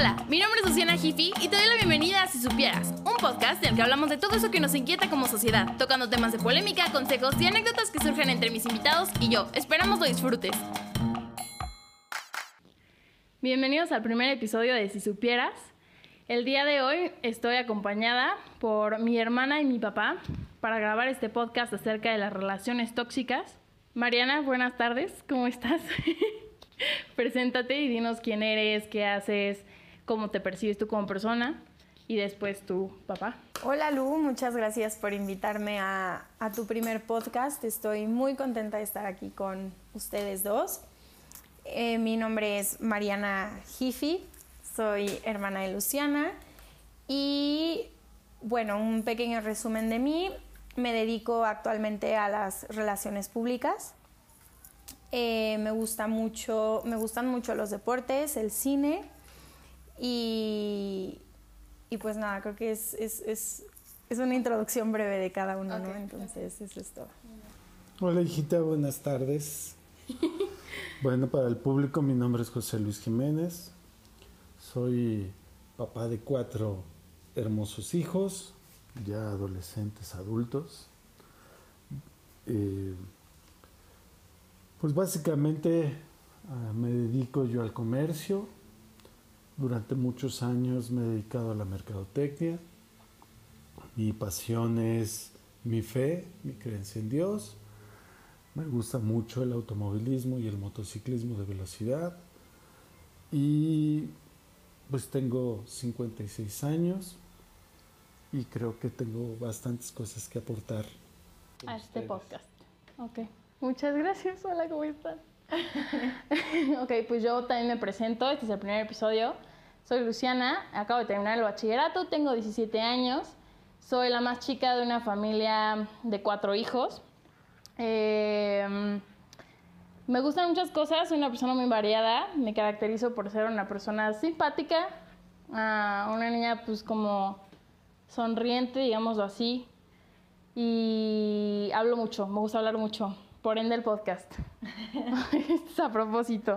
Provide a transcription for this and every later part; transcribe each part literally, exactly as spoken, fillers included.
Hola, mi nombre es Luciana Jiffy y te doy la bienvenida a Si Supieras, un podcast en el que hablamos de todo eso que nos inquieta como sociedad, tocando temas de polémica, consejos y anécdotas que surgen entre mis invitados y yo. Esperamos lo disfrutes. Bienvenidos al primer episodio de Si Supieras. El día de hoy estoy acompañada por mi hermana y mi papá para grabar este podcast acerca de las relaciones tóxicas. Mariana, buenas tardes, ¿cómo estás? Preséntate y dinos quién eres, qué haces, cómo te percibes tú como persona y después tu papá. Hola Lu, muchas gracias por invitarme a, a tu primer podcast. Estoy muy contenta de estar aquí con ustedes dos. Eh, mi nombre es Mariana Jiffy, soy hermana de Luciana y bueno, un pequeño resumen de mí. Me dedico actualmente a las relaciones públicas. Eh, me gusta mucho, me gustan mucho los deportes, el cine y, y pues nada, creo que es, es, es, es una introducción breve de cada uno, okay, ¿no? Entonces, okay. Eso es todo. Hola hijita, buenas tardes. Bueno, para el público mi nombre es José Luis Jiménez, soy papá de cuatro hermosos hijos, ya adolescentes, adultos. Eh, Pues básicamente uh, me dedico yo al comercio. Durante muchos años me he dedicado a la mercadotecnia. Mi pasión es mi fe, mi creencia en Dios. Me gusta mucho el automovilismo y el motociclismo de velocidad. Y pues tengo cincuenta y seis años y creo que tengo bastantes cosas que aportar a este ustedes. Podcast. Ok. Muchas gracias. Hola, ¿cómo están? Ok, pues yo también me presento. Este es el primer episodio. Soy Luciana, acabo de terminar el bachillerato, tengo diecisiete años. Soy la más chica de una familia de cuatro hijos. Eh, me gustan muchas cosas, soy una persona muy variada. Me caracterizo por ser una persona simpática, uh, una niña pues como sonriente, digámoslo así. Y hablo mucho, me gusta hablar mucho. Por ende el podcast. Esto es a propósito.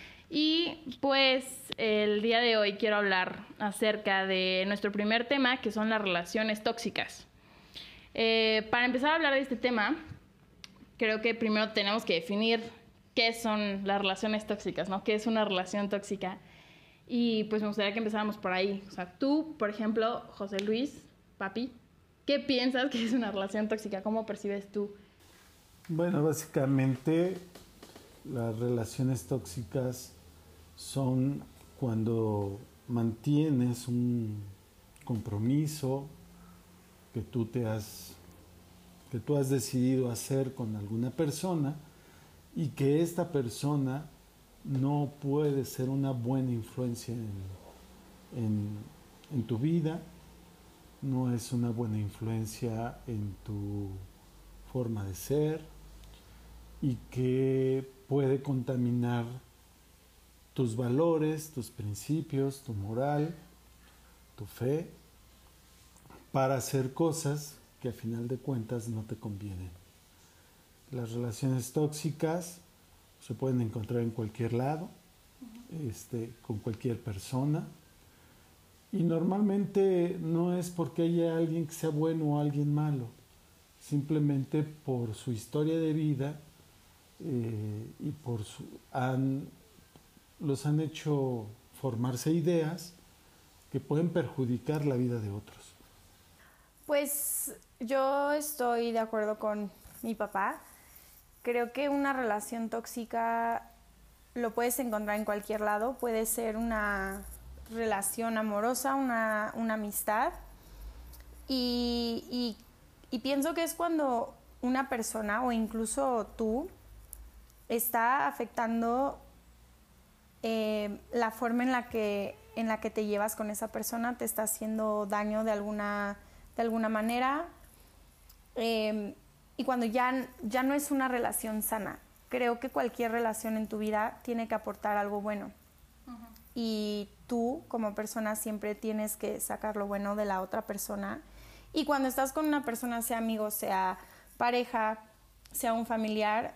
Y pues el día de hoy quiero hablar acerca de nuestro primer tema, que son las relaciones tóxicas. Eh, para empezar a hablar de este tema, creo que primero tenemos que definir qué son las relaciones tóxicas, ¿no? ¿Qué es una relación tóxica? Y pues me gustaría que empezáramos por ahí. O sea, tú, por ejemplo, José Luis, papi, ¿qué piensas que es una relación tóxica? ¿Cómo percibes tú? Bueno, básicamente las relaciones tóxicas son cuando mantienes un compromiso que tú te has que tú has decidido hacer con alguna persona y que esta persona no puede ser una buena influencia en, en, en tu vida, no es una buena influencia en tu forma de ser y que puede contaminar tus valores, tus principios, tu moral, tu fe, para hacer cosas que a final de cuentas no te convienen. Las relaciones tóxicas se pueden encontrar en cualquier lado, este, con cualquier persona, y normalmente no es porque haya alguien que sea bueno o alguien malo, simplemente por su historia de vida eh, y por su han los han hecho formarse ideas que pueden perjudicar la vida de otros. Pues yo estoy de acuerdo con mi papá. Creo que una relación tóxica lo puedes encontrar en cualquier lado. Puede ser una relación amorosa, una, una amistad. Y, y, y pienso que es cuando una persona o incluso tú está afectando eh, la forma en la que en la que te llevas con esa persona, te está haciendo daño de alguna de alguna manera eh, y cuando ya, ya no es una relación sana. Creo que cualquier relación en tu vida tiene que aportar algo bueno. Uh-huh. Y tú como persona siempre tienes que sacar lo bueno de la otra persona. Y cuando estás con una persona, sea amigo, sea pareja, sea un familiar,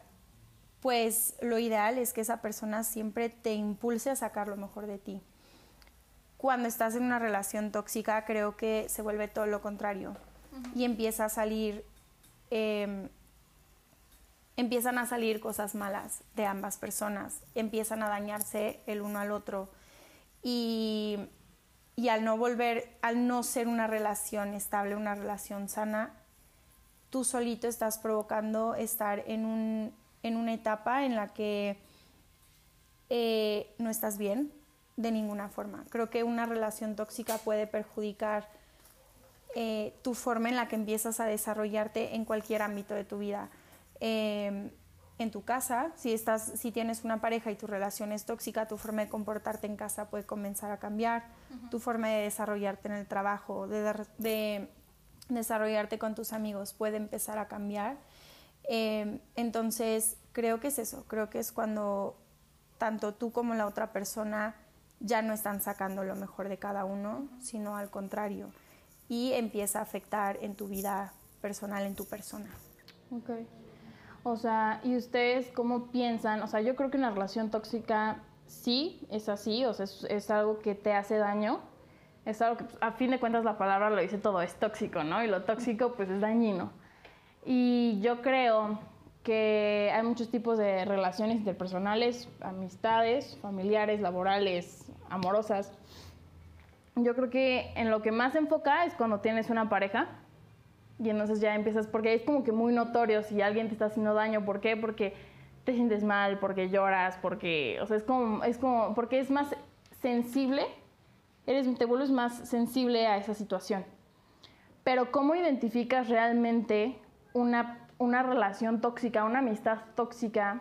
pues lo ideal es que esa persona siempre te impulse a sacar lo mejor de ti. cuando estás en una relación tóxica, creo que se vuelve todo lo contrario. Uh-huh. Y empieza a salir, eh, empiezan a salir cosas malas de ambas personas, empiezan a dañarse el uno al otro. Y, y al no volver, al no ser una relación estable, una relación sana, tú solito estás provocando estar en, un, en una etapa en la que eh, no estás bien de ninguna forma. Creo que una relación tóxica puede perjudicar eh, tu forma en la que empiezas a desarrollarte en cualquier ámbito de tu vida. Eh, en tu casa, si, estás, si tienes una pareja y tu relación es tóxica, tu forma de comportarte en casa puede comenzar a cambiar. Uh-huh. Tu forma de desarrollarte en el trabajo, de, de desarrollarte con tus amigos puede empezar a cambiar. Eh, entonces, creo que es eso. Creo que es cuando tanto tú como la otra persona ya no están sacando lo mejor de cada uno, sino al contrario. Y empieza a afectar en tu vida personal, en tu persona. Ok. O sea, ¿y ustedes cómo piensan? O sea, yo creo que una relación tóxica sí es así, o sea, es, es algo que te hace daño. Es algo que, pues, a fin de cuentas, la palabra lo dice todo, es tóxico, ¿no? Y lo tóxico, pues, es dañino. Y yo creo que hay muchos tipos de relaciones interpersonales, amistades, familiares, laborales, amorosas. Yo creo que en lo que más se enfoca es cuando tienes una pareja y entonces ya empiezas, porque es como que muy notorio si alguien te está haciendo daño. ¿Por qué? Porque te sientes mal, porque lloras, porque, o sea, es como, es como, porque es más sensible, eres, te vuelves más sensible a esa situación. Pero ¿cómo identificas realmente una una relación tóxica, una amistad tóxica,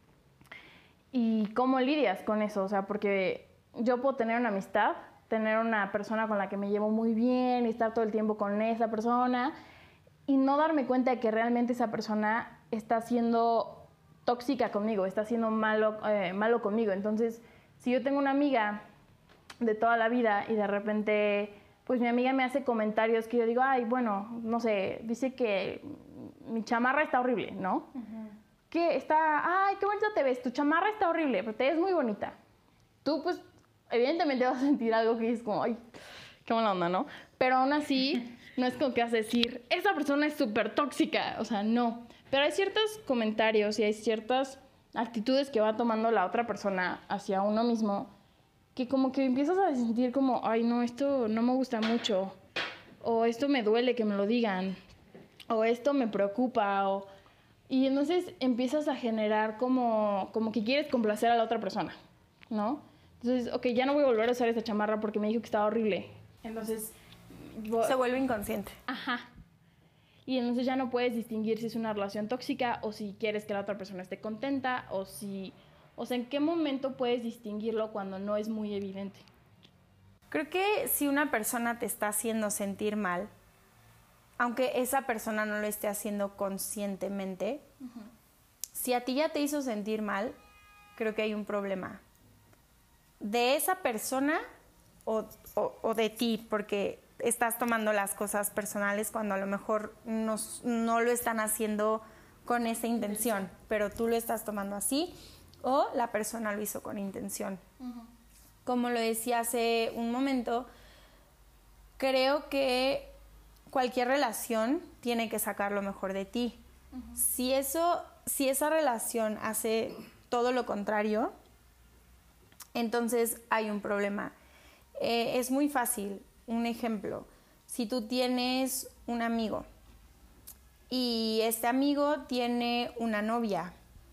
y cómo lidias con eso? O sea, porque yo puedo tener una amistad, tener una persona con la que me llevo muy bien y estar todo el tiempo con esa persona y no darme cuenta de que realmente esa persona está siendo tóxica conmigo, está siendo malo, eh, malo conmigo. Entonces, si yo tengo una amiga de toda la vida y de repente, pues mi amiga me hace comentarios que yo digo, ay, bueno, no sé, dice que mi chamarra está horrible, ¿no? Uh-huh. Que está, ay, qué bonita te ves, tu chamarra está horrible, pero te ves muy bonita. Tú, pues, evidentemente vas a sentir algo que es como, ay, qué mala onda, ¿no? Pero aún así, no es como que vas a decir, esa persona es súper tóxica, o sea, no. Pero hay ciertos comentarios y hay ciertas actitudes que va tomando la otra persona hacia uno mismo que como que empiezas a sentir como, ay, no, esto no me gusta mucho, o esto me duele que me lo digan, o esto me preocupa, o... y entonces empiezas a generar como, como que quieres complacer a la otra persona, ¿no? Entonces, ok, ya no voy a volver a usar esta chamarra porque me dijo que estaba horrible. Entonces... se vuelve inconsciente. Ajá. Y entonces ya no puedes distinguir si es una relación tóxica o si quieres que la otra persona esté contenta o si... O sea, ¿en qué momento puedes distinguirlo cuando no es muy evidente? Creo que si una persona te está haciendo sentir mal, aunque esa persona no lo esté haciendo conscientemente, uh-huh. si a ti ya te hizo sentir mal, creo que hay un problema. De esa persona o, o, o de ti, porque estás tomando las cosas personales cuando a lo mejor no, no lo están haciendo con esa intención, pero tú lo estás tomando así. O la persona lo hizo con intención. Uh-huh. Como lo decía hace un momento, creo que cualquier relación tiene que sacar lo mejor de ti. Uh-huh. Si eso, si esa relación hace todo lo contrario, entonces hay un problema. Eh, es muy fácil. Un ejemplo, si tú tienes un amigo y este amigo tiene una novia,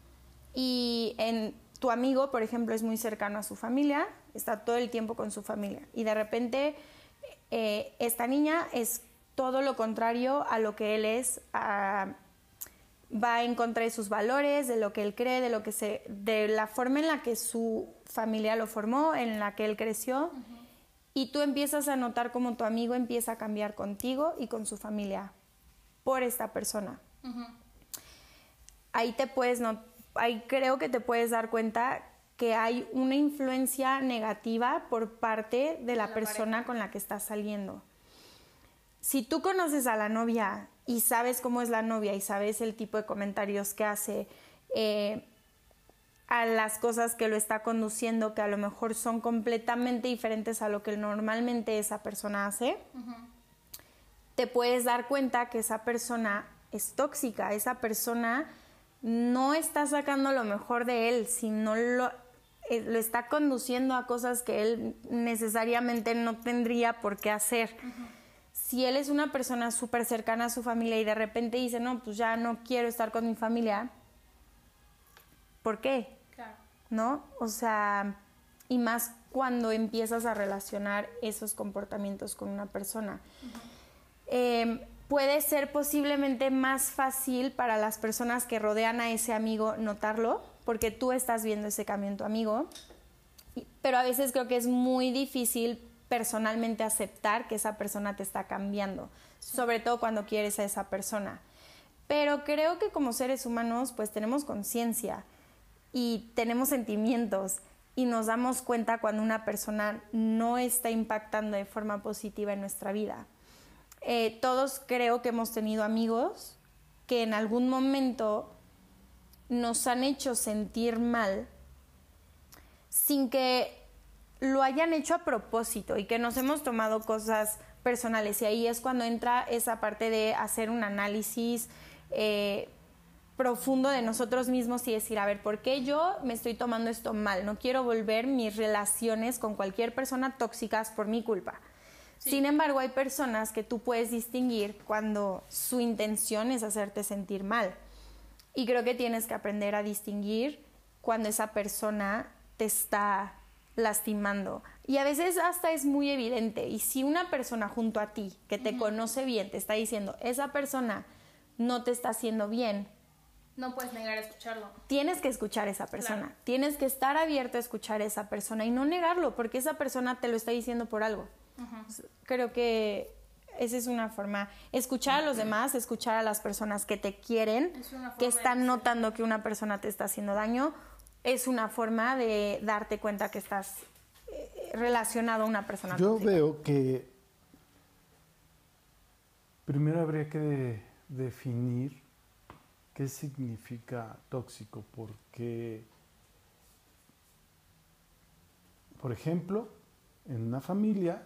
y en, tu amigo, por ejemplo, es muy cercano a su familia, está todo el tiempo con su familia y de repente eh, esta niña es todo lo contrario a lo que él es, a, va en contra de sus valores, de lo que él cree, de, lo que se, de la forma en la que su familia lo formó, en la que él creció. Uh-huh. Y tú empiezas a notar cómo tu amigo empieza a cambiar contigo y con su familia por esta persona. Uh-huh. Ahí te puedes notar. Ahí creo que te puedes dar cuenta que hay una influencia negativa por parte de la, la persona pareja con la que estás saliendo. Si tú conoces a la novia y sabes cómo es la novia y sabes el tipo de comentarios que hace, eh, a las cosas que lo está conduciendo, que a lo mejor son completamente diferentes a lo que normalmente esa persona hace, uh-huh. te puedes dar cuenta que esa persona es tóxica, esa persona no está sacando lo mejor de él, sino lo, eh, lo está conduciendo a cosas que él necesariamente no tendría por qué hacer. Uh-huh. Si él es una persona súper cercana a su familia y de repente dice, no, pues ya no quiero estar con mi familia, ¿por qué? Claro. ¿No? O sea, y más cuando empiezas a relacionar esos comportamientos con una persona. Uh-huh. Eh, puede ser posiblemente más fácil para las personas que rodean a ese amigo notarlo, porque tú estás viendo ese cambio en tu amigo, pero a veces creo que es muy difícil personalmente aceptar que esa persona te está cambiando, sí. sobre todo cuando quieres a esa persona. Pero creo que como seres humanos pues tenemos conciencia y tenemos sentimientos y nos damos cuenta cuando una persona no está impactando de forma positiva en nuestra vida. Eh, todos creo que hemos tenido amigos que en algún momento nos han hecho sentir mal sin que lo hayan hecho a propósito y que nos hemos tomado cosas personales, y ahí es cuando entra esa parte de hacer un análisis eh, profundo de nosotros mismos y decir, a ver, ¿por qué yo me estoy tomando esto mal? No quiero volver mis relaciones con cualquier persona tóxicas por mi culpa. Sí. Sin embargo, hay personas que tú puedes distinguir cuando su intención es hacerte sentir mal, y creo que tienes que aprender a distinguir cuando esa persona te está lastimando, y a veces hasta es muy evidente. Y si una persona junto a ti que te uh-huh. conoce bien te está diciendo esa persona no te está haciendo bien, no puedes negar a escucharlo. Tienes que escuchar a esa persona, claro. Tienes que estar abierto a escuchar a esa persona y no negarlo, porque esa persona te lo está diciendo por algo. Uh-huh. Creo que esa es una forma, escuchar a los demás, escuchar a las personas que te quieren, que están notando que una persona te está haciendo daño. Es una forma de darte cuenta que estás eh, relacionado a una persona Yo tóxica. veo que primero habría que de, definir qué significa tóxico, porque, por ejemplo, en una familia,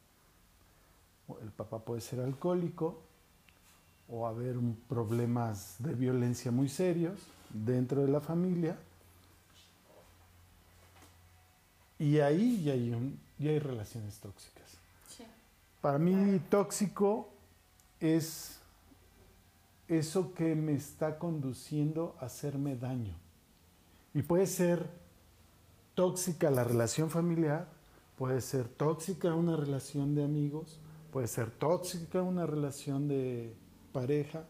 el papá puede ser alcohólico o haber un, problemas de violencia muy serios dentro de la familia. Y ahí ya hay, un, ya hay relaciones tóxicas. Sí. Para mí, tóxico es eso que me está conduciendo a hacerme daño. Y puede ser tóxica la relación familiar, puede ser tóxica una relación de amigos, puede ser tóxica una relación de pareja,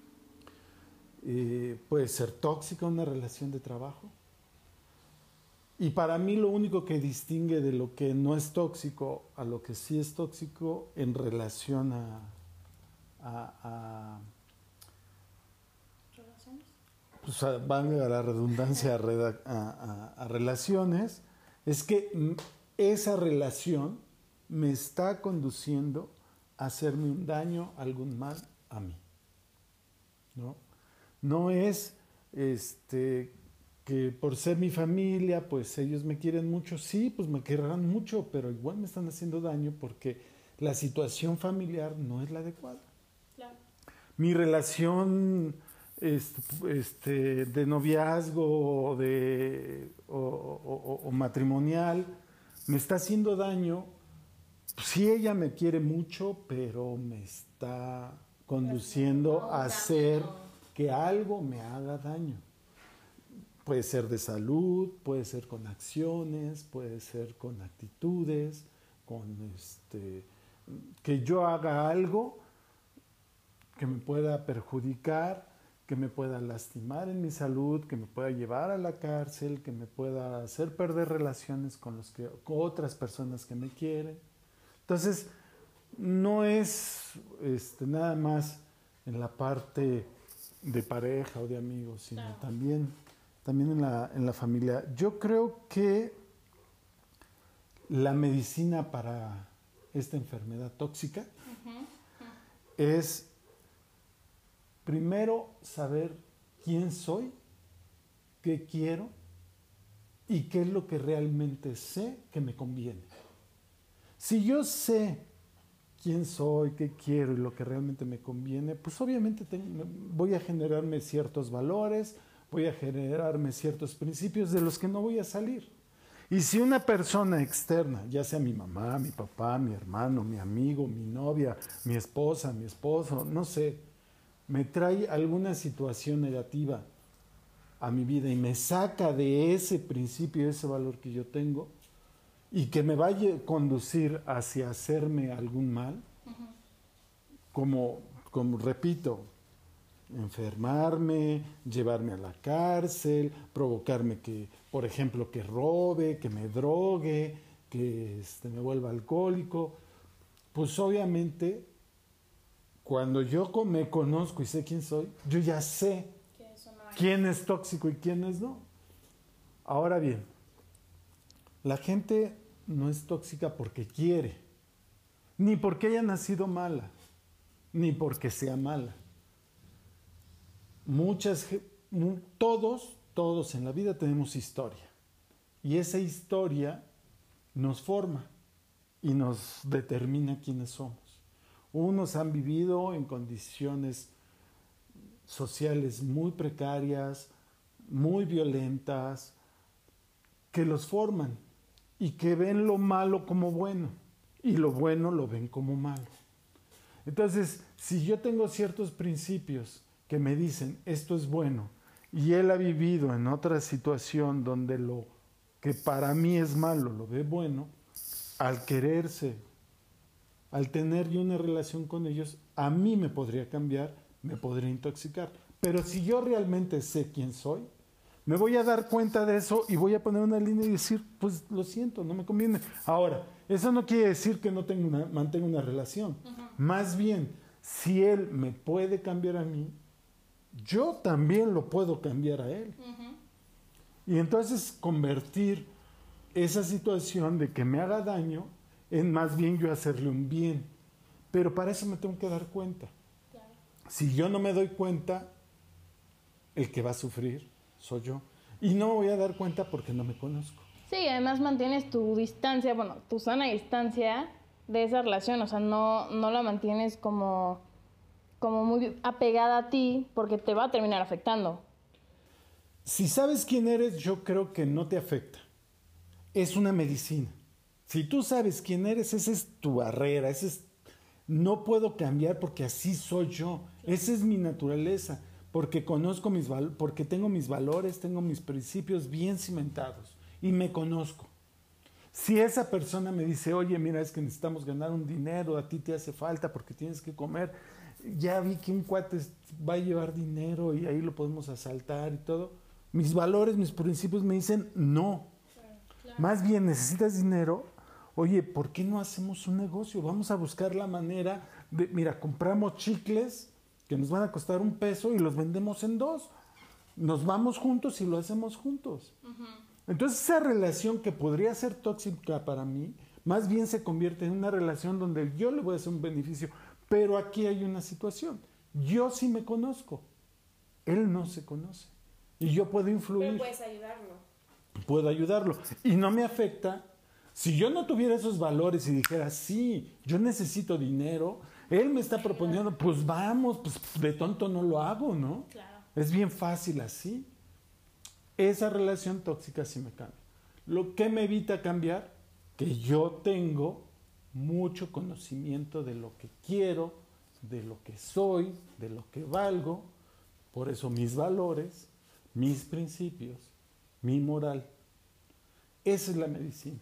eh, puede ser tóxica una relación de trabajo. Y para mí lo único que distingue de lo que no es tóxico a lo que sí es tóxico en relación a, a, a ¿relaciones? Pues a, valga la redundancia, a, a, a, a relaciones, es que esa relación me está conduciendo a hacerme un daño, algún mal a mí. ¿No? No es este... que por ser mi familia, pues ellos me quieren mucho, sí, pues me querrán mucho, pero igual me están haciendo daño porque la situación familiar no es la adecuada. Claro. Mi relación este, este, de noviazgo o, de, o, o, o matrimonial me está haciendo daño. Sí, ella me quiere mucho, pero me está conduciendo a hacer que algo me haga daño. Puede ser de salud, puede ser con acciones, puede ser con actitudes, con este, que yo haga algo que me pueda perjudicar, que me pueda lastimar en mi salud, que me pueda llevar a la cárcel, que me pueda hacer perder relaciones con, los que, con otras personas que me quieren. Entonces, no es este, nada más en la parte de pareja o de amigos, sino claro. también... También en la, en la familia. Yo creo que la medicina para esta enfermedad tóxica uh-huh. Uh-huh. es primero saber quién soy, qué quiero y qué es lo que realmente sé que me conviene. Si yo sé quién soy, qué quiero y lo que realmente me conviene, pues obviamente tengo, voy a generarme ciertos valores, voy a generarme ciertos principios de los que no voy a salir. Y si una persona externa, ya sea mi mamá, mi papá, mi hermano, mi amigo, mi novia, mi esposa, mi esposo, no sé, me trae alguna situación negativa a mi vida y me saca de ese principio, ese valor que yo tengo, y que me vaya a conducir hacia hacerme algún mal, uh-huh. como, como repito, enfermarme, llevarme a la cárcel, provocarme que, por ejemplo, que robe, que me drogue, que este, me vuelva alcohólico, pues obviamente cuando yo me conozco y sé quién soy, yo ya sé quién es tóxico y quién es no. Ahora bien, la gente no es tóxica porque quiere, ni porque haya nacido mala, ni porque sea mala. Muchas, todos, todos en la vida tenemos historia. Y esa historia nos forma y nos determina quiénes somos. Unos han vivido en condiciones sociales muy precarias, muy violentas, que los forman y que ven lo malo como bueno y lo bueno lo ven como malo. Entonces, si yo tengo ciertos principios que me dicen esto es bueno y él ha vivido en otra situación donde lo que para mí es malo lo ve bueno, al quererse, al tener yo una relación con ellos, a mí me podría cambiar, me podría intoxicar. Pero si yo realmente sé quién soy, me voy a dar cuenta de eso y voy a poner una línea y decir, pues lo siento, no me conviene. Ahora, eso no quiere decir que no tenga una, mantenga una relación. Uh-huh. Más bien, si él me puede cambiar a mí, yo también lo puedo cambiar a él. Uh-huh. Y entonces convertir esa situación de que me haga daño en más bien yo hacerle un bien. Pero para eso me tengo que dar cuenta. Claro. Si yo no me doy cuenta, el que va a sufrir soy yo. Y no me voy a dar cuenta porque no me conozco. Sí, además mantienes tu distancia, bueno, tu sana distancia de esa relación. O sea, no, no la mantienes como, como muy apegada a ti porque te va a terminar afectando. Si sabes quién eres, yo creo que no te afecta. Es una medicina. Si tú sabes quién eres, esa es tu barrera, ese es, no puedo cambiar porque así soy yo. Esa es mi naturaleza, porque conozco mis val- porque tengo mis valores, tengo mis principios bien cimentados y me conozco. Si esa persona me dice, oye, mira, es que necesitamos ganar un dinero, a ti te hace falta porque tienes que comer, ya vi que un cuate va a llevar dinero y ahí lo podemos asaltar y todo, mis valores, mis principios me dicen, no. Claro, claro. Más bien, necesitas dinero. Oye, ¿por qué no hacemos un negocio? Vamos a buscar la manera de, mira, compramos chicles que nos van a costar un peso y los vendemos en dos. Nos vamos juntos y lo hacemos juntos. Uh-huh. Entonces esa relación que podría ser tóxica para mí, más bien se convierte en una relación donde yo le voy a hacer un beneficio. Pero aquí hay una situación. Yo sí me conozco. Él no se conoce. Y yo puedo influir. Pero puedes ayudarlo. Puedo ayudarlo. Y no me afecta. Si yo no tuviera esos valores y dijera, sí, yo necesito dinero, él me está proponiendo, pues vamos, pues de tonto no lo hago, ¿no? Claro. Es bien fácil así. Esa relación tóxica sí me cambia. Lo que me evita cambiar, que yo tengo mucho conocimiento de lo que quiero, de lo que soy, de lo que valgo. Por eso mis valores, mis principios, mi moral. Esa es la medicina.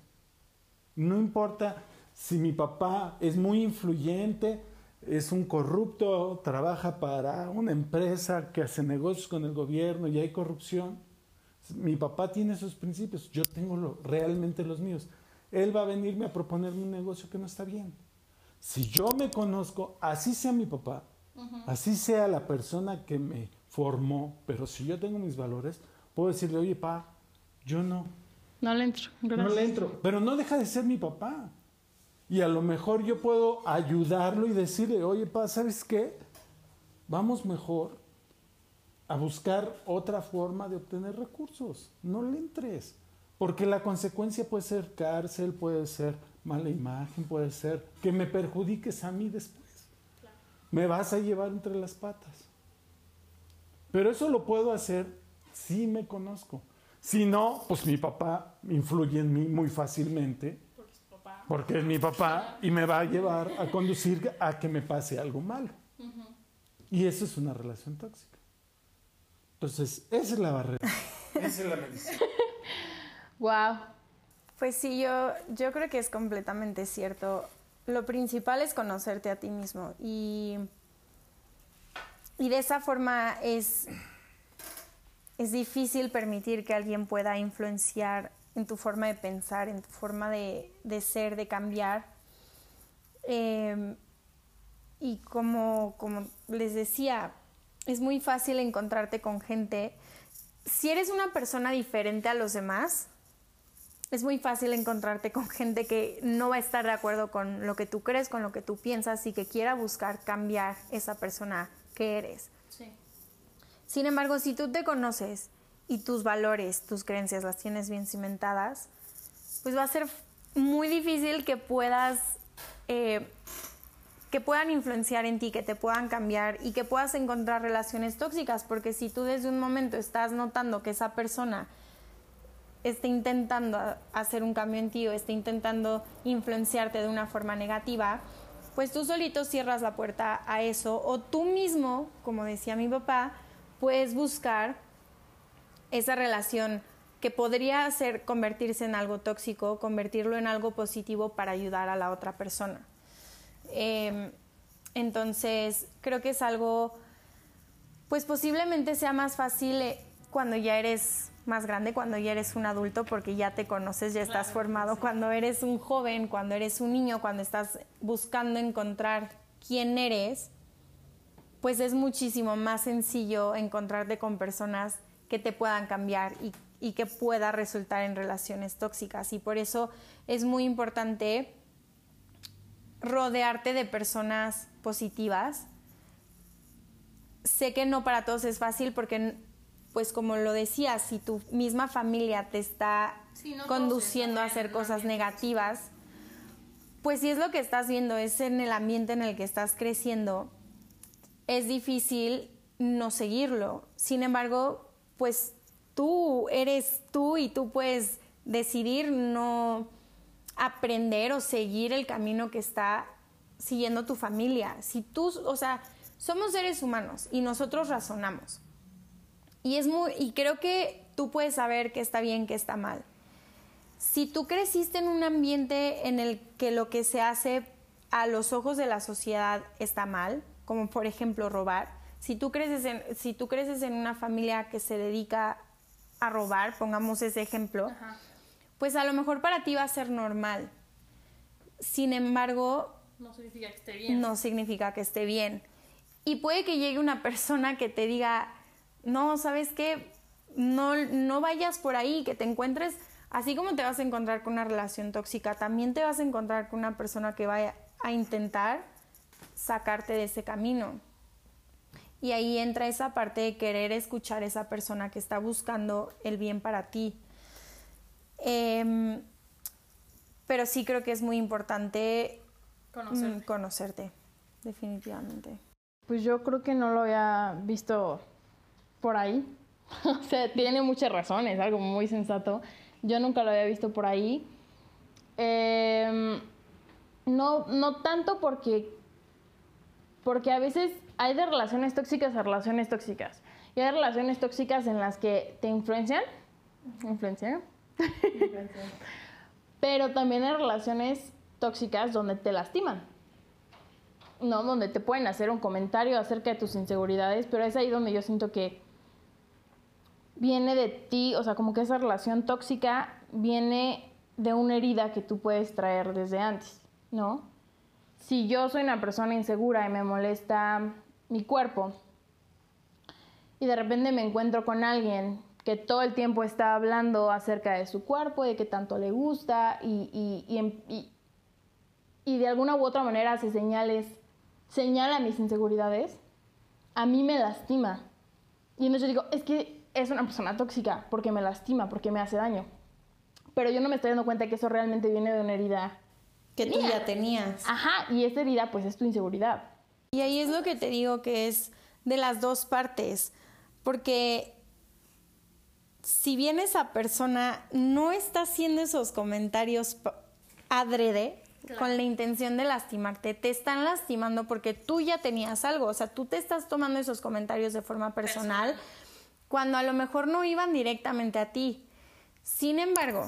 No importa si mi papá es muy influyente, es un corrupto, trabaja para una empresa que hace negocios con el gobierno y hay corrupción. Mi papá tiene sus principios, yo tengo lo, realmente los míos. Él va a venirme a proponerme un negocio que no está bien. Si yo me conozco, así sea mi papá, uh-huh. así sea la persona que me formó, pero si yo tengo mis valores, puedo decirle, oye, pa, yo no. No le entro. Gracias. No le entro, pero no deja de ser mi papá. Y a lo mejor yo puedo ayudarlo y decirle, oye, pa, ¿sabes qué? Vamos mejor a buscar otra forma de obtener recursos. No le entres. Porque la consecuencia puede ser cárcel, puede ser mala imagen, puede ser que me perjudiques a mí después. Claro. Me vas a llevar entre las patas. Pero eso lo puedo hacer si me conozco. Si no, pues mi papá influye en mí muy fácilmente. Porque es, papá. Porque es mi papá y me va a llevar a conducir a que me pase algo malo. Uh-huh. Y eso es una relación tóxica. Entonces, esa es la barrera. Esa es la medicina. Wow. Pues sí, yo, yo creo que es completamente cierto. Lo principal es conocerte a ti mismo y, y de esa forma es, es difícil permitir que alguien pueda influenciar en tu forma de pensar, en tu forma de, de ser, de cambiar. Eh, y como, como les decía, es muy fácil encontrarte con gente. Si eres una persona diferente a los demás, es muy fácil encontrarte con gente que no va a estar de acuerdo con lo que tú crees, con lo que tú piensas y que quiera buscar cambiar esa persona que eres. Sí. Sin embargo, si tú te conoces y tus valores, tus creencias las tienes bien cimentadas, pues va a ser muy difícil que puedas, eh, que puedan influenciar en ti, que te puedan cambiar y que puedas encontrar relaciones tóxicas, porque si tú desde un momento estás notando que esa persona esté intentando hacer un cambio en ti o esté intentando influenciarte de una forma negativa, pues tú solito cierras la puerta a eso, o tú mismo, como decía mi papá, puedes buscar esa relación que podría hacer convertirse en algo tóxico, convertirlo en algo positivo para ayudar a la otra persona. Eh, entonces, creo que es algo, pues posiblemente sea más fácil eh, cuando ya eres más grande, cuando ya eres un adulto, porque ya te conoces, ya estás claro, formado. Sí. Cuando eres un joven, cuando eres un niño, cuando estás buscando encontrar quién eres, pues es muchísimo más sencillo encontrarte con personas que te puedan cambiar y, y que pueda resultar en relaciones tóxicas. Y por eso es muy importante rodearte de personas positivas. Sé que no para todos es fácil porque, pues como lo decía, si tu misma familia te está sí, no conduciendo a hacer cosas negativas, pues si es lo que estás viendo, es en el ambiente en el que estás creciendo, es difícil no seguirlo. Sin embargo, pues tú eres tú y tú puedes decidir no aprender o seguir el camino que está siguiendo tu familia. Si tú, o sea, somos seres humanos y nosotros razonamos. Y es muy, y creo que tú puedes saber qué está bien, qué está mal. Si tú creciste en un ambiente en el que lo que se hace a los ojos de la sociedad está mal, como por ejemplo robar, si tú creces en, si tú creces en una familia que se dedica a robar, pongamos ese ejemplo, ajá, pues a lo mejor para ti va a ser normal. Sin embargo, no significa que esté bien. No significa que esté bien. Y puede que llegue una persona que te diga, no, ¿sabes qué? No, no vayas por ahí, que te encuentres, así como te vas a encontrar con una relación tóxica, también te vas a encontrar con una persona que vaya a intentar sacarte de ese camino. Y ahí entra esa parte de querer escuchar a esa persona que está buscando el bien para ti. Eh, pero sí creo que es muy importante conocerte. conocerte, definitivamente. Pues yo creo que no lo había visto por ahí. O sea, tiene muchas razones, algo muy sensato. Yo nunca lo había visto por ahí. Eh, no, no tanto porque, porque a veces hay de relaciones tóxicas a relaciones tóxicas. Y hay relaciones tóxicas en las que te influencian. ¿Influencian? Pero también hay relaciones tóxicas donde te lastiman, ¿no? Donde te pueden hacer un comentario acerca de tus inseguridades, pero es ahí donde yo siento que viene de ti, o sea, como que esa relación tóxica viene de una herida que tú puedes traer desde antes, ¿no? Si yo soy una persona insegura y me molesta mi cuerpo y de repente me encuentro con alguien que todo el tiempo está hablando acerca de su cuerpo, de qué tanto le gusta y, y, y, y, y de alguna u otra manera hace señales, señala mis inseguridades, a mí me lastima. Y entonces yo digo, es que es una persona tóxica porque me lastima, porque me hace daño. pero yo no me estoy dando cuenta que eso realmente viene de una herida que tú ya tenías. Ajá, y esa herida pues es tu inseguridad. Y ahí es lo que te digo, que es de las dos partes, porque si bien esa persona no está haciendo esos comentarios adrede, claro, con la intención de lastimarte, te están lastimando porque tú ya tenías algo, o sea, tú te estás tomando esos comentarios de forma personal, personal. Cuando a lo mejor no iban directamente a ti. Sin embargo,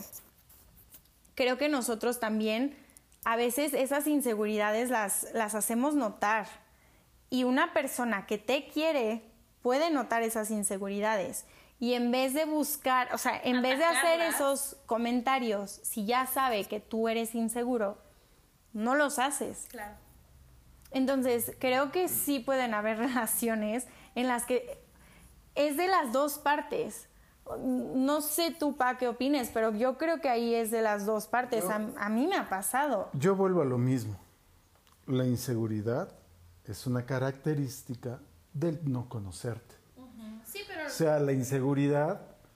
creo que nosotros también a veces esas inseguridades las, las hacemos notar, y una persona que te quiere puede notar esas inseguridades. Y en vez de buscar, o sea, en vez de hacer esos comentarios, si ya sabe que tú eres inseguro, no los haces. Claro. Entonces, creo que sí pueden haber relaciones en las que es de las dos partes. No sé tú, Pa, qué opines, pero yo creo que ahí es de las dos partes. Yo, a, a mí me ha pasado. Yo vuelvo a lo mismo. La inseguridad es una característica del no conocerte. Sí, pero... O sea, la inseguridad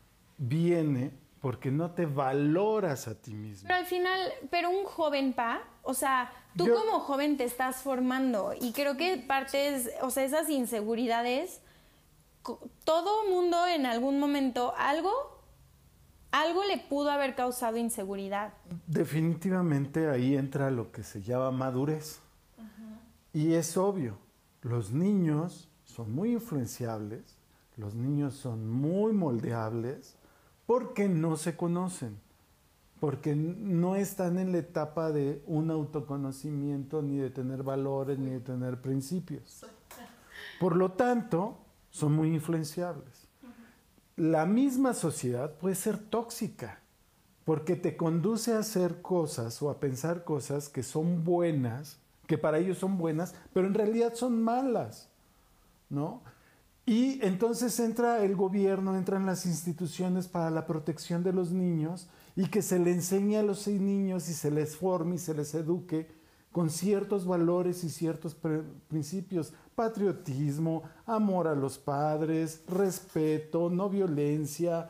viene porque no te valoras a ti mismo. Pero al final, pero un joven, Pa, o sea, tú Yo... como joven te estás formando, y creo que partes, o sea, esas inseguridades, todo mundo en algún momento, algo, algo le pudo haber causado inseguridad. Definitivamente ahí entra lo que se llama madurez. Uh-huh. Y es obvio, los niños son muy influenciables, los niños son muy moldeables porque no se conocen, porque no están en la etapa de un autoconocimiento, ni de tener valores, ni de tener principios. Por lo tanto, son muy influenciables. La misma sociedad puede ser tóxica porque te conduce a hacer cosas o a pensar cosas que son buenas, que para ellos son buenas, pero en realidad son malas, ¿no? Y entonces entra el gobierno, entran las instituciones para la protección de los niños, y que se le enseñe a los niños y se les forme y se les eduque con ciertos valores y ciertos principios: patriotismo, amor a los padres, respeto, no violencia,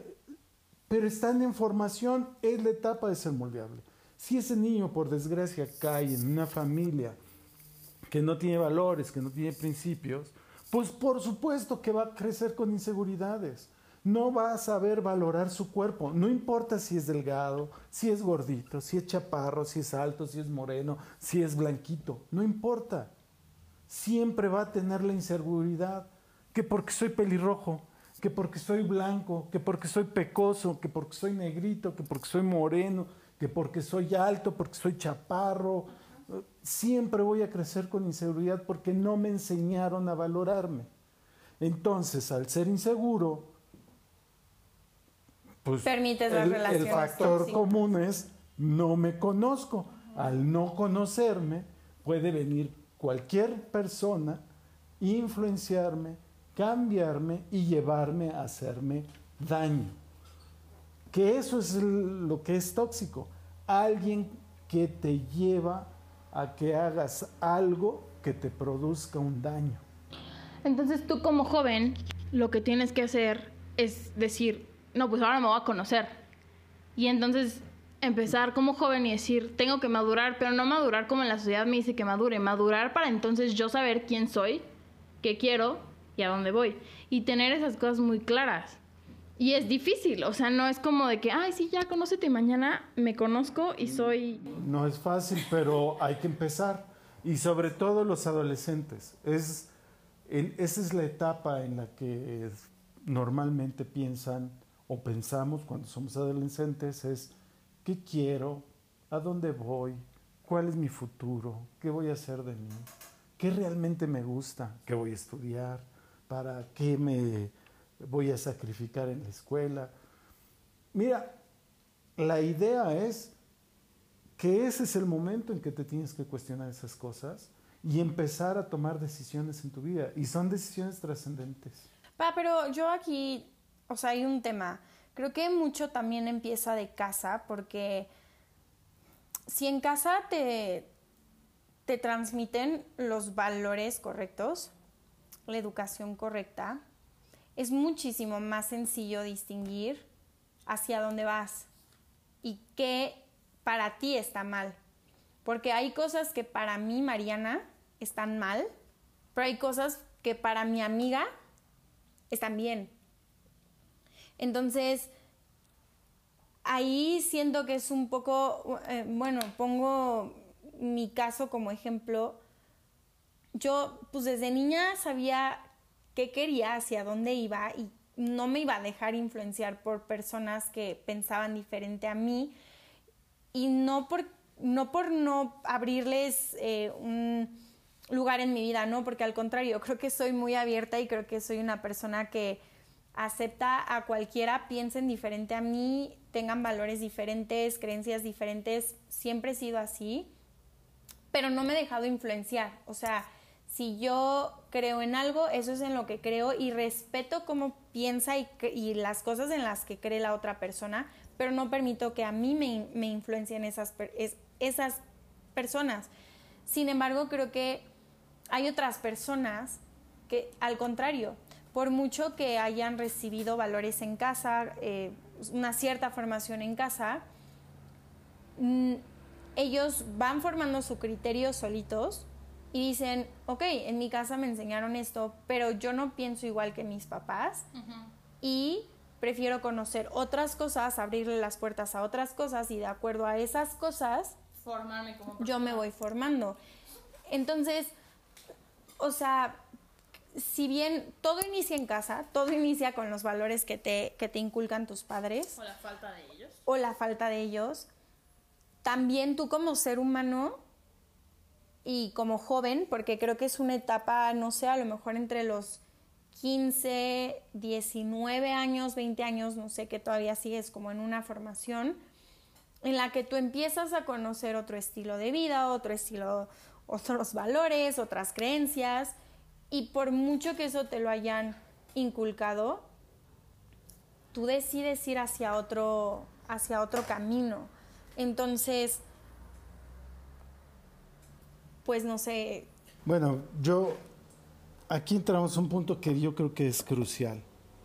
pero están en formación, es la etapa de ser moldeable. Si ese niño, por desgracia, cae en una familia que no tiene valores, que no tiene principios, pues por supuesto que va a crecer con inseguridades. No va a saber valorar su cuerpo. No importa si es delgado, si es gordito, si es chaparro, si es alto, si es moreno, si es blanquito. No importa. Siempre va a tener la inseguridad. Que porque soy pelirrojo, que porque soy blanco, que porque soy pecoso, que porque soy negrito, que porque soy moreno, que porque soy alto, porque soy chaparro. Siempre voy a crecer con inseguridad porque no me enseñaron a valorarme. Entonces, al ser inseguro, pues permites las el, relaciones. el factor sí. común es no me conozco. Al no conocerme, puede venir cualquier persona, influenciarme, cambiarme y llevarme a hacerme daño. Que eso es lo que es tóxico. Alguien que te lleva a que hagas algo que te produzca un daño. Entonces tú como joven lo que tienes que hacer es decir, no, pues ahora me voy a conocer. Y entonces empezar como joven y decir, tengo que madurar, pero no madurar como en la sociedad me dice que madure, madurar para entonces yo saber quién soy, qué quiero y a dónde voy. Y tener esas cosas muy claras. Y es difícil, o sea, no es como de que, ay, sí, ya conócete, mañana me conozco y soy... No es fácil, pero hay que empezar. Y sobre todo los adolescentes. Es, en, esa es la etapa en la que es, normalmente piensan o pensamos cuando somos adolescentes, es ¿qué quiero? ¿A dónde voy? ¿Cuál es mi futuro? ¿Qué voy a hacer de mí? ¿Qué realmente me gusta? ¿Qué voy a estudiar? ¿Para qué me voy a sacrificar en la escuela? Mira, la idea es que ese es el momento en que te tienes que cuestionar esas cosas y empezar a tomar decisiones en tu vida. Y son decisiones trascendentes. Pa, pero yo aquí, o sea, hay un tema. Creo que mucho también empieza de casa, porque si en casa te, te transmiten los valores correctos, la educación correcta, es muchísimo más sencillo distinguir hacia dónde vas. y qué para ti está mal. Porque hay cosas que para mí, Mariana, están mal, pero hay cosas que para mi amiga están bien. Entonces, ahí siento que es un poco, eh, bueno, pongo mi caso como ejemplo. Yo, pues desde niña sabía qué quería, hacia dónde iba y no me iba a dejar influenciar por personas que pensaban diferente a mí y no por no, por no abrirles eh, un lugar en mi vida, ¿no? Porque al contrario, creo que soy muy abierta y creo que soy una persona que acepta a cualquiera, piensen diferente a mí, tengan valores diferentes, creencias diferentes, siempre he sido así, pero no me he dejado influenciar. O sea, si yo creo en algo, eso es en lo que creo y respeto cómo piensa y, y las cosas en las que cree la otra persona, pero no permito que a mí me, me influencien esas, es, esas personas. Sin embargo, creo que hay otras personas que, al contrario, por mucho que hayan recibido valores en casa, eh, una cierta formación en casa, mmm, ellos van formando su criterio solitos y dicen, ok, en mi casa me enseñaron esto, pero yo no pienso igual que mis papás uh-huh. y prefiero conocer otras cosas, abrirle las puertas a otras cosas y de acuerdo a esas cosas, formarme como persona. Yo me voy formando. Entonces, o sea, si bien todo inicia en casa, todo inicia con los valores que te, que te inculcan tus padres. O la falta de ellos. O la falta de ellos. También tú como ser humano y como joven, porque creo que es una etapa, no sé, a lo mejor entre los quince, diecinueve años, veinte años, no sé, que todavía sigues como en una formación, en la que tú empiezas a conocer otro estilo de vida, otro estilo, otros valores, otras creencias, y por mucho que eso te lo hayan inculcado, tú decides ir hacia otro, hacia otro camino. Entonces, pues no sé. Bueno, yo, aquí entramos a un punto que yo creo que es crucial.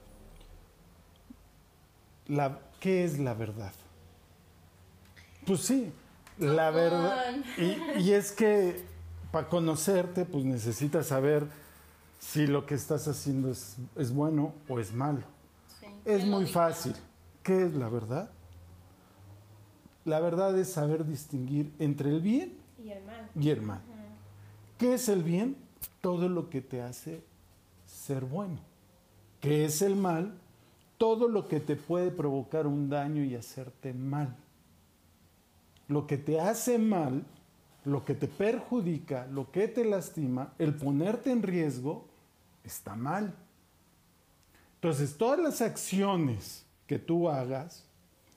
La, ¿qué es la verdad? Pues sí, la verdad. Y, y es que para conocerte, pues necesitas saber si lo que estás haciendo es, es bueno o es malo. Sí, es muy fácil. ¿Qué es la verdad? La verdad es saber distinguir entre el bien y el mal. Y el mal. Uh-huh. ¿Qué es el bien? Todo lo que te hace ser bueno. ¿Qué es el mal? Todo lo que te puede provocar un daño y hacerte mal. Lo que te hace mal, lo que te perjudica, lo que te lastima, el ponerte en riesgo, está mal. Entonces, todas las acciones que tú hagas,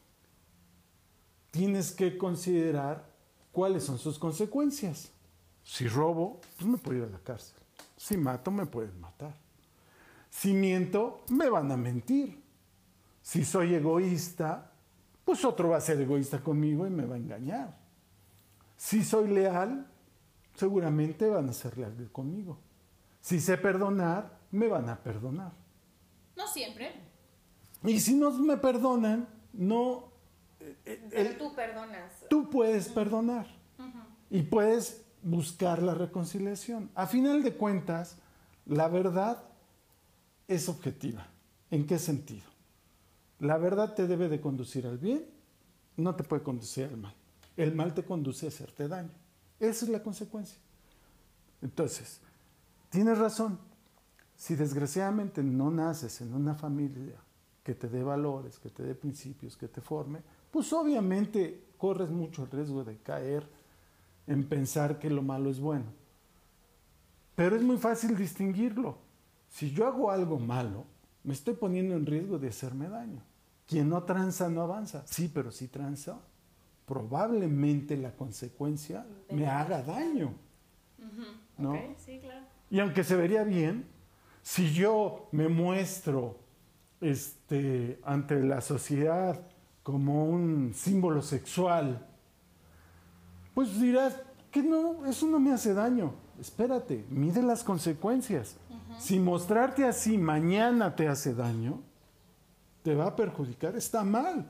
tienes que considerar cuáles son sus consecuencias. Si robo, pues me puedo ir a la cárcel. Si mato, me pueden matar. Si miento, me van a mentir. Si soy egoísta, pues otro va a ser egoísta conmigo y me va a engañar. Si soy leal, seguramente van a ser leales conmigo. Si sé perdonar, me van a perdonar. No siempre. Y si no me perdonan, no... Eh, Pero tú perdonas. Tú puedes perdonar. Uh-huh. Y puedes buscar la reconciliación. A final de cuentas, la verdad es objetiva. ¿En qué sentido? La verdad te debe de conducir al bien, no te puede conducir al mal. El mal te conduce a hacerte daño. Esa es la consecuencia. Entonces, tienes razón. Si desgraciadamente no naces en una familia que te dé valores, que te dé principios, que te forme, pues obviamente corres mucho el riesgo de caer en pensar que lo malo es bueno. Pero es muy fácil distinguirlo. Si yo hago algo malo, me estoy poniendo en riesgo de hacerme daño. Quien no tranza no avanza. Sí, pero si tranza, probablemente la consecuencia me haga daño. Uh-huh. ¿No? Okay, sí, claro. Y aunque se vería bien, si yo me muestro este, ante la sociedad como un símbolo sexual, pues dirás que no, eso no me hace daño. Espérate, mide las consecuencias. Uh-huh. Si mostrarte así mañana te hace daño, te va a perjudicar, está mal.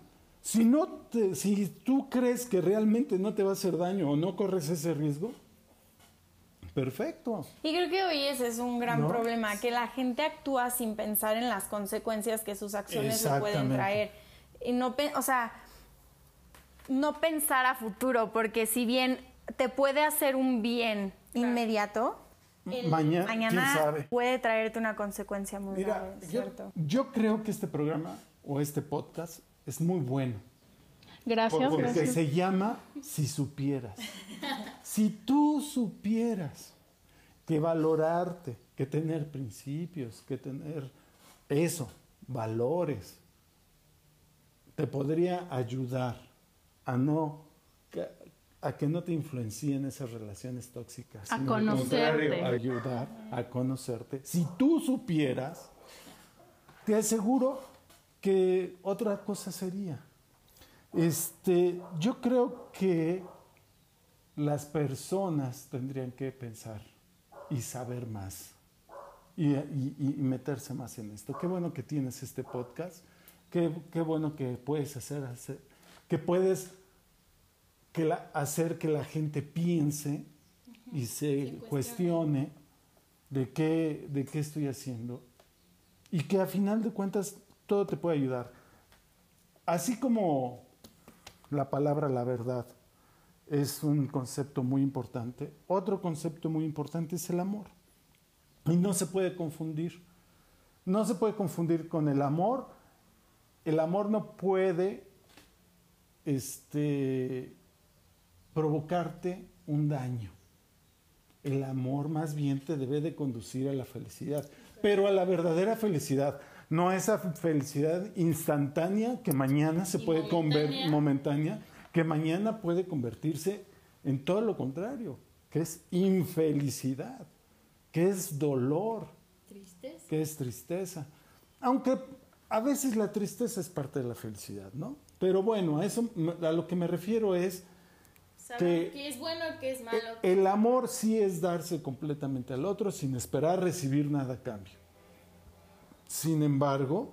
Si, no te, si tú crees que realmente no te va a hacer daño o no corres ese riesgo, perfecto. Y creo que hoy ese es un gran ¿No? problema, que la gente actúa sin pensar en las consecuencias que sus acciones le pueden Exactamente. traer. Y no, pe- o sea, no pensar a futuro, porque si bien te puede hacer un bien inmediato, el Maña- mañana ¿quién sabe? puede traerte una consecuencia muy Mira, grave, yo, ¿cierto? yo creo que este programa o este podcast es muy bueno. Gracias, Porque gracias. se llama Si supieras. Si tú supieras que valorarte, que tener principios, que tener eso, valores, te podría ayudar a no a que no te influencien esas relaciones tóxicas. A sino al conocerte. contrario, ayudar a conocerte. Si tú supieras, te aseguro que otra cosa sería. Este, yo creo que las personas tendrían que pensar y saber más y, y- y meterse más en esto. Qué bueno que tienes este podcast, qué, qué bueno que puedes hacer, hacer que puedes que la- hacer que la gente piense y se cuestione de qué, de qué estoy haciendo y que a final de cuentas todo te puede ayudar. Así como la palabra la verdad es un concepto muy importante, otro concepto muy importante es el amor. Y no se puede confundir. No se puede confundir con el amor. El amor no puede este, provocarte un daño. El amor más bien te debe de conducir a la felicidad, pero a la verdadera felicidad, no a esa felicidad instantánea que mañana se Y puede convertir, momentánea. momentánea, que mañana puede convertirse en todo lo contrario, que es infelicidad, que es dolor, Tristeza. que es tristeza. Aunque a veces la tristeza es parte de la felicidad, ¿no? Pero bueno, a eso a lo que me refiero es Saber que qué es bueno, qué es malo. el amor sí es darse completamente al otro sin esperar recibir nada a cambio. Sin embargo,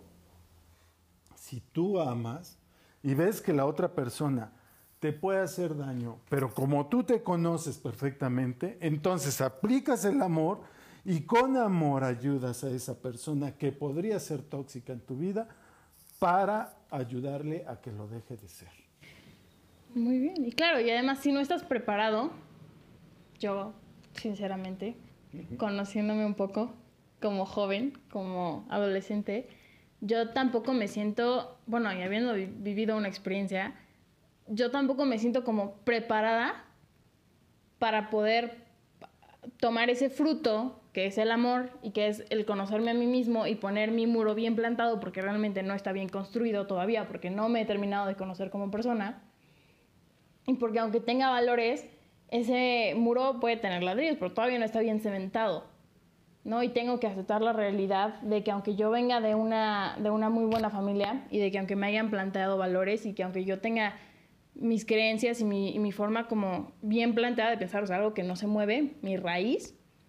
si tú amas y ves que la otra persona te puede hacer daño, pero como tú te conoces perfectamente, entonces aplicas el amor y con amor ayudas a esa persona que podría ser tóxica en tu vida para ayudarle a que lo deje de ser. Muy bien. Y claro, y además si no estás preparado, yo, sinceramente, conociéndome un poco como joven, como adolescente, yo tampoco me siento, bueno, y habiendo vi- vivido una experiencia, yo tampoco me siento como preparada para poder tomar ese fruto que es el amor y que es el conocerme a mí mismo y poner mi muro bien plantado porque realmente no está bien construido todavía porque no me he terminado de conocer como persona. Y porque aunque tenga valores, ese muro puede tener ladrillos, pero todavía no está bien cementado, ¿no? Y tengo que aceptar la realidad de que aunque yo venga de una, de una muy buena familia y de que aunque me hayan planteado valores y que aunque yo tenga mis creencias y mi, y mi forma como bien planteada de pensar, o sea, algo que no se mueve, mi raíz,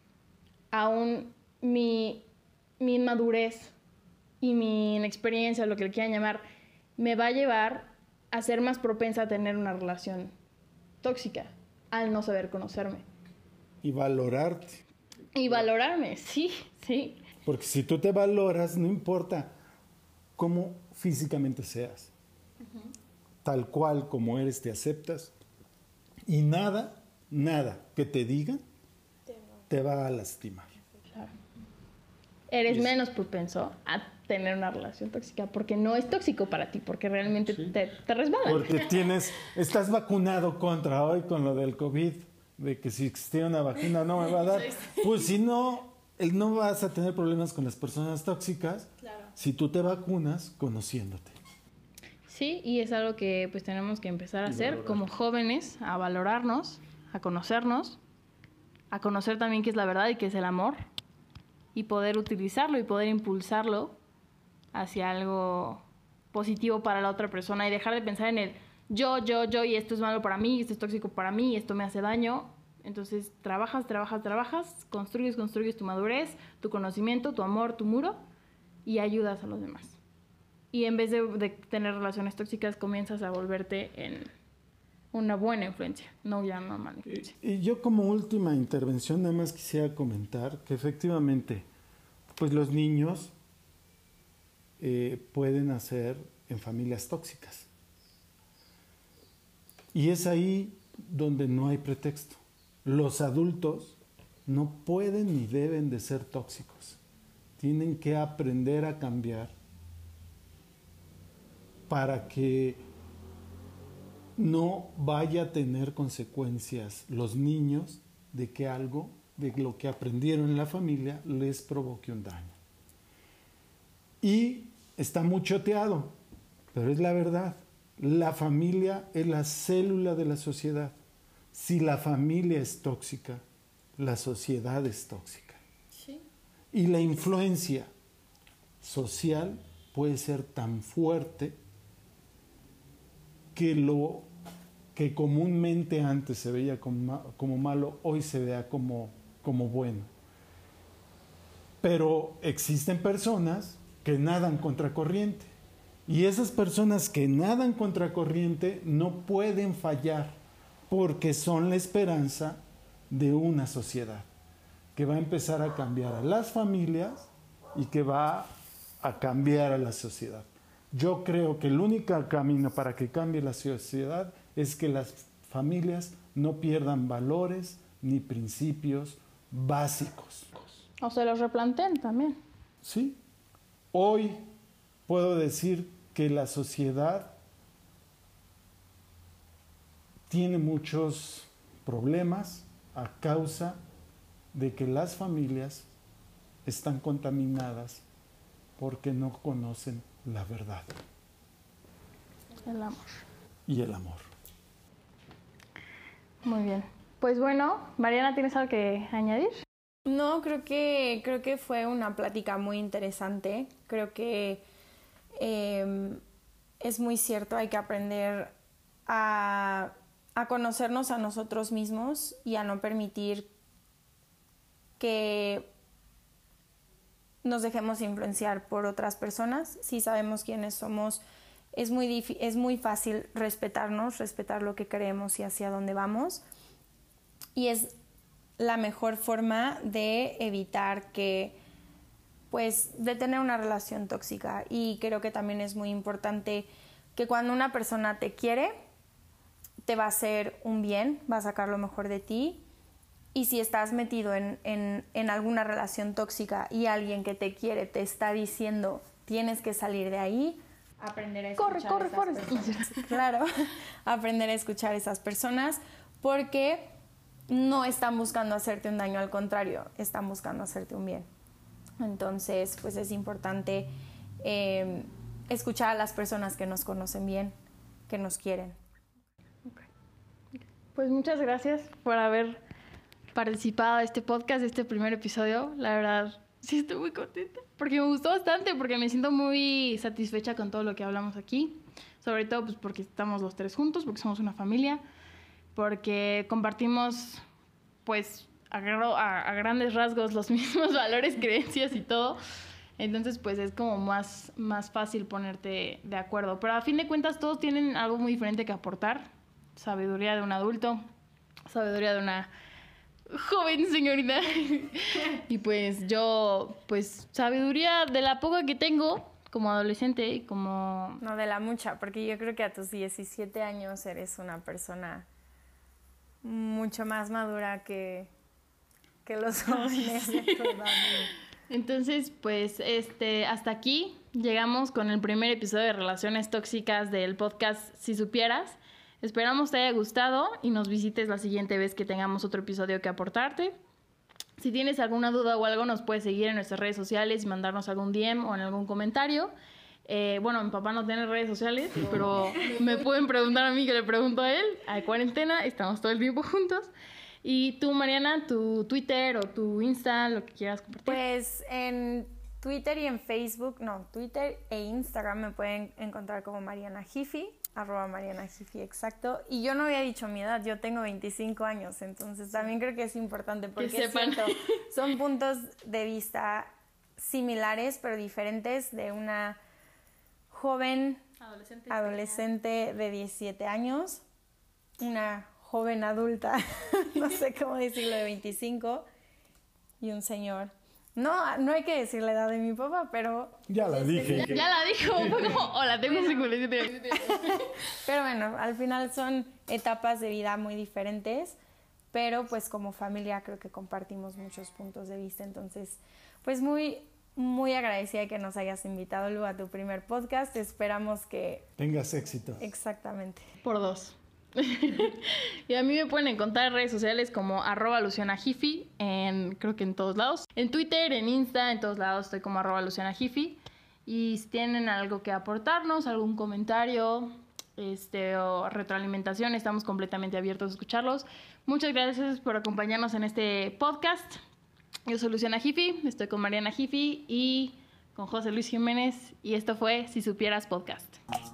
aún mi, mi madurez y mi inexperiencia, lo que le quieran llamar, me va a llevar a ser más propensa a tener una relación tóxica al no saber conocerme. Y valorarte. Y valorarme, sí, sí. Porque si tú te valoras, no importa cómo físicamente seas. Tal cual como eres, te aceptas. Y nada, nada que te digan te va a lastimar. Claro. Eres Yes. menos propenso a tener una relación tóxica porque no es tóxico para ti, porque realmente Sí. te, te resbala. Porque tienes, estás vacunado contra hoy con lo del COVID, de que si existía una vacuna no me va a dar. Pues si no, el- no vas a tener problemas con las personas tóxicas Claro. si tú te vacunas conociéndote. Sí, y es algo que pues tenemos que empezar a Y hacer valorar. como jóvenes, a valorarnos, a conocernos, a conocer también qué es la verdad y qué es el amor, y poder utilizarlo y poder impulsarlo hacia algo positivo para la otra persona y dejar de pensar en el yo, yo, yo, y esto es malo para mí, esto es tóxico para mí, esto me hace daño. Entonces trabajas, trabajas, trabajas, construyes, construyes tu madurez, tu conocimiento, tu amor, tu muro, y ayudas a los demás. y en vez de, de tener relaciones tóxicas comienzas a volverte en una buena influencia, no ya una mala influencia. Y, y yo como última intervención nada más quisiera comentar que efectivamente pues los niños eh, pueden nacer en familias tóxicas. Y es ahí donde no hay pretexto. Los adultos no pueden ni deben de ser tóxicos. Tienen que aprender a cambiar para que no vaya a tener consecuencias los niños de que algo de lo que aprendieron en la familia les provoque un daño. Y está muy choteado, pero es la verdad. La familia es la célula de la sociedad. Si la familia es tóxica, la sociedad es tóxica. Sí. Y la influencia social puede ser tan fuerte que lo que comúnmente antes se veía como, como malo, hoy se vea como, como bueno. Pero existen personas que nadan contracorriente. Y esas personas que nadan contracorriente no pueden fallar porque son la esperanza de una sociedad que va a empezar a cambiar a las familias y que va a cambiar a la sociedad. Yo creo que el único camino para que cambie la sociedad es que las familias no pierdan valores ni principios básicos. O se los replanteen también. Sí. Hoy puedo decir que la sociedad tiene muchos problemas a causa de que las familias están contaminadas porque no conocen la verdad. El amor. Y el amor. Muy bien. Pues bueno, Mariana, ¿tienes algo que añadir? No, creo que, creo que fue una plática muy interesante. Creo que eh, es muy cierto, hay que aprender a, a conocernos a nosotros mismos y a no permitir que nos dejemos influenciar por otras personas. Si sabemos quiénes somos, es muy, dif- es muy fácil respetarnos, respetar lo que queremos y hacia dónde vamos. Y es la mejor forma de evitar que, pues, de tener una relación tóxica. Y creo que también es muy importante que cuando una persona te quiere, te va a hacer un bien, va a sacar lo mejor de ti. Y si estás metido en, en, en alguna relación tóxica y alguien que te quiere te está diciendo tienes que salir de ahí, aprender a escuchar Corre, corre, esas corre. personas. Claro, aprender a escuchar a esas personas porque no están buscando hacerte un daño, al contrario, están buscando hacerte un bien. Entonces, pues es importante eh, escuchar a las personas que nos conocen bien, que nos quieren. Pues muchas gracias por haber participado de este podcast, de este primer episodio. La verdad, sí estoy muy contenta porque me gustó bastante, porque me siento muy satisfecha con todo lo que hablamos aquí. Sobre todo pues porque estamos los tres juntos, porque somos una familia, porque compartimos pues a, a, a grandes rasgos los mismos valores, creencias y todo. Entonces pues es como más, más fácil ponerte de acuerdo. Pero a fin de cuentas todos tienen algo muy diferente que aportar. Sabiduría de un adulto, sabiduría de una joven señorita. Y pues yo, pues sabiduría de la poca que tengo como adolescente y como... No, de la mucha, porque yo creo que a tus diecisiete años eres una persona mucho más madura que, que los jóvenes de tu edad. Entonces, pues este, hasta aquí llegamos con el primer episodio de Relaciones Tóxicas del podcast Si Supieras. Esperamos te haya gustado y nos visites la siguiente vez que tengamos otro episodio que aportarte. Si tienes alguna duda o algo, nos puedes seguir en nuestras redes sociales y mandarnos algún D M o en algún comentario. Eh, bueno, mi papá no tiene redes sociales, pero me pueden preguntar a mí, que le pregunto a él. Hay cuarentena, estamos todo el tiempo juntos. Y tú, Mariana, tu Twitter o tu Insta, lo que quieras compartir. Pues en Twitter y en Facebook, no, Twitter e Instagram me pueden encontrar como Mariana Jiffy, arroba Mariana Jiffy, exacto. Y yo no había dicho mi edad, yo tengo veinticinco años, entonces también creo que es importante porque que sepan. Es cierto, son puntos de vista similares pero diferentes de una joven Adolescente. adolescente de diecisiete años, una joven adulta, no sé cómo decirlo, de veinticinco, y un señor. No, no hay que decir la edad de mi papá, pero... Ya la dije. Ya, ya la dijo, fue como, hola, tengo cincuenta y siete. Pero bueno, al final son etapas de vida muy diferentes, pero pues como familia creo que compartimos muchos puntos de vista, entonces pues muy, muy agradecida de que nos hayas invitado, Lu, a tu primer podcast. Esperamos que... Tengas éxito. Exactamente. Por dos. Y a mí me pueden encontrar en redes sociales como arroba Luciana Jiffy, en, creo que en todos lados. En Twitter, en Insta, en todos lados estoy como arroba Luciana Jiffy. Y si tienen algo que aportarnos, algún comentario este, o retroalimentación, estamos completamente abiertos a escucharlos. Muchas gracias por acompañarnos en este podcast. Yo soy Luciana Jiffy, estoy con Mariana Jiffy y con José Luis Jiménez. Y esto fue Si Supieras Podcast.